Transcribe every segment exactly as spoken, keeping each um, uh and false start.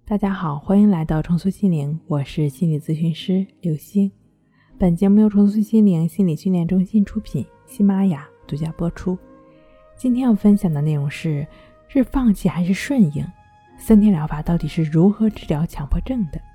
大家好，欢迎来到重塑心灵，我是心理咨询师刘星。本节目由重塑心灵心理训练中心出品，喜马拉雅独家播出。今天要分享的内容是：是放弃还是顺应？三天疗法到底是如何治疗强迫症的？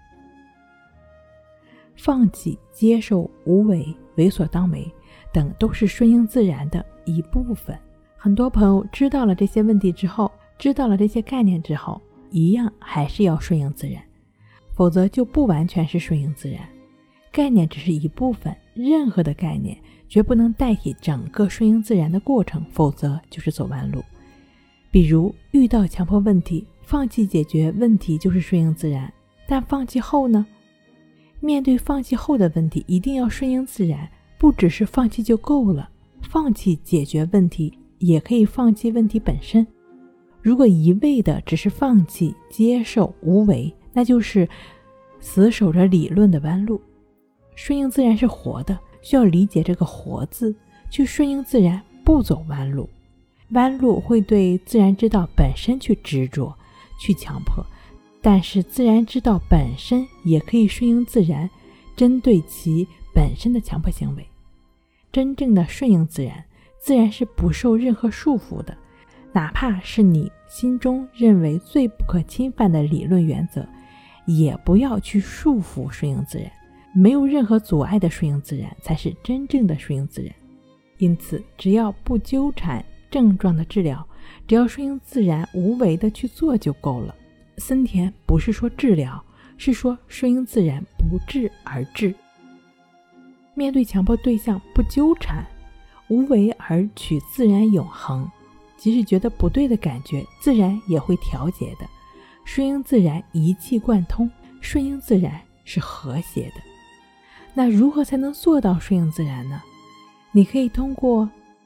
放弃、接受、无为、为所当为等都是顺应自然的一部分。很多朋友知道了这些问题之后，知道了这些概念之后，一样还是要顺应自然，否则就不完全是顺应自然。概念只是一部分，任何的概念绝不能代替整个顺应自然的过程，否则就是走弯路。比如遇到强迫问题，放弃解决问题就是顺应自然，但放弃后呢？面对放弃后的问题，一定要顺应自然，不只是放弃就够了，放弃解决问题，也可以放弃问题本身。如果一味的只是放弃、接受、无为，那就是死守着理论的弯路。顺应自然是活的，需要理解这个活字，去顺应自然，不走弯路。弯路会对自然之道本身去执着、去强迫，但是自然之道本身也可以顺应自然，针对其本身的强迫行为。真正的顺应自然，自然是不受任何束缚的，哪怕是你心中认为最不可侵犯的理论原则，也不要去束缚顺应自然。没有任何阻碍的顺应自然，才是真正的顺应自然。因此，只要不纠缠症状的治疗，只要顺应自然，无为的去做就够了。森田不是说治疗，是说顺应自然，不治而治。面对强迫对象不纠缠，无为而取自然永恒。即使觉得不对的感觉，自然也会调节的。顺应自然，一气贯通，顺应自然是和谐的。那如何才能做到顺应自然呢？你可以通过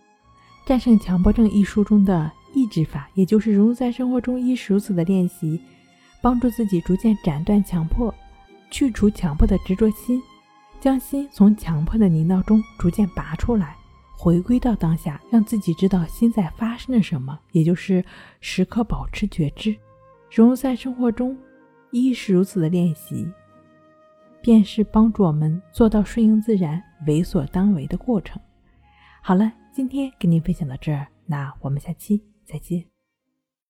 《战胜强迫症》一书中的抑制法，也就是融入在生活中亦是如此的练习，帮助自己逐渐斩断强迫，去除强迫的执着心，将心从强迫的泥淖中逐渐拔出来，回归到当下，让自己知道心在发生了什么，也就是时刻保持觉知。融入在生活中亦是如此的练习，便是帮助我们做到顺应自然、为所当为的过程。好了，今天跟您分享到这儿，那我们下期再见。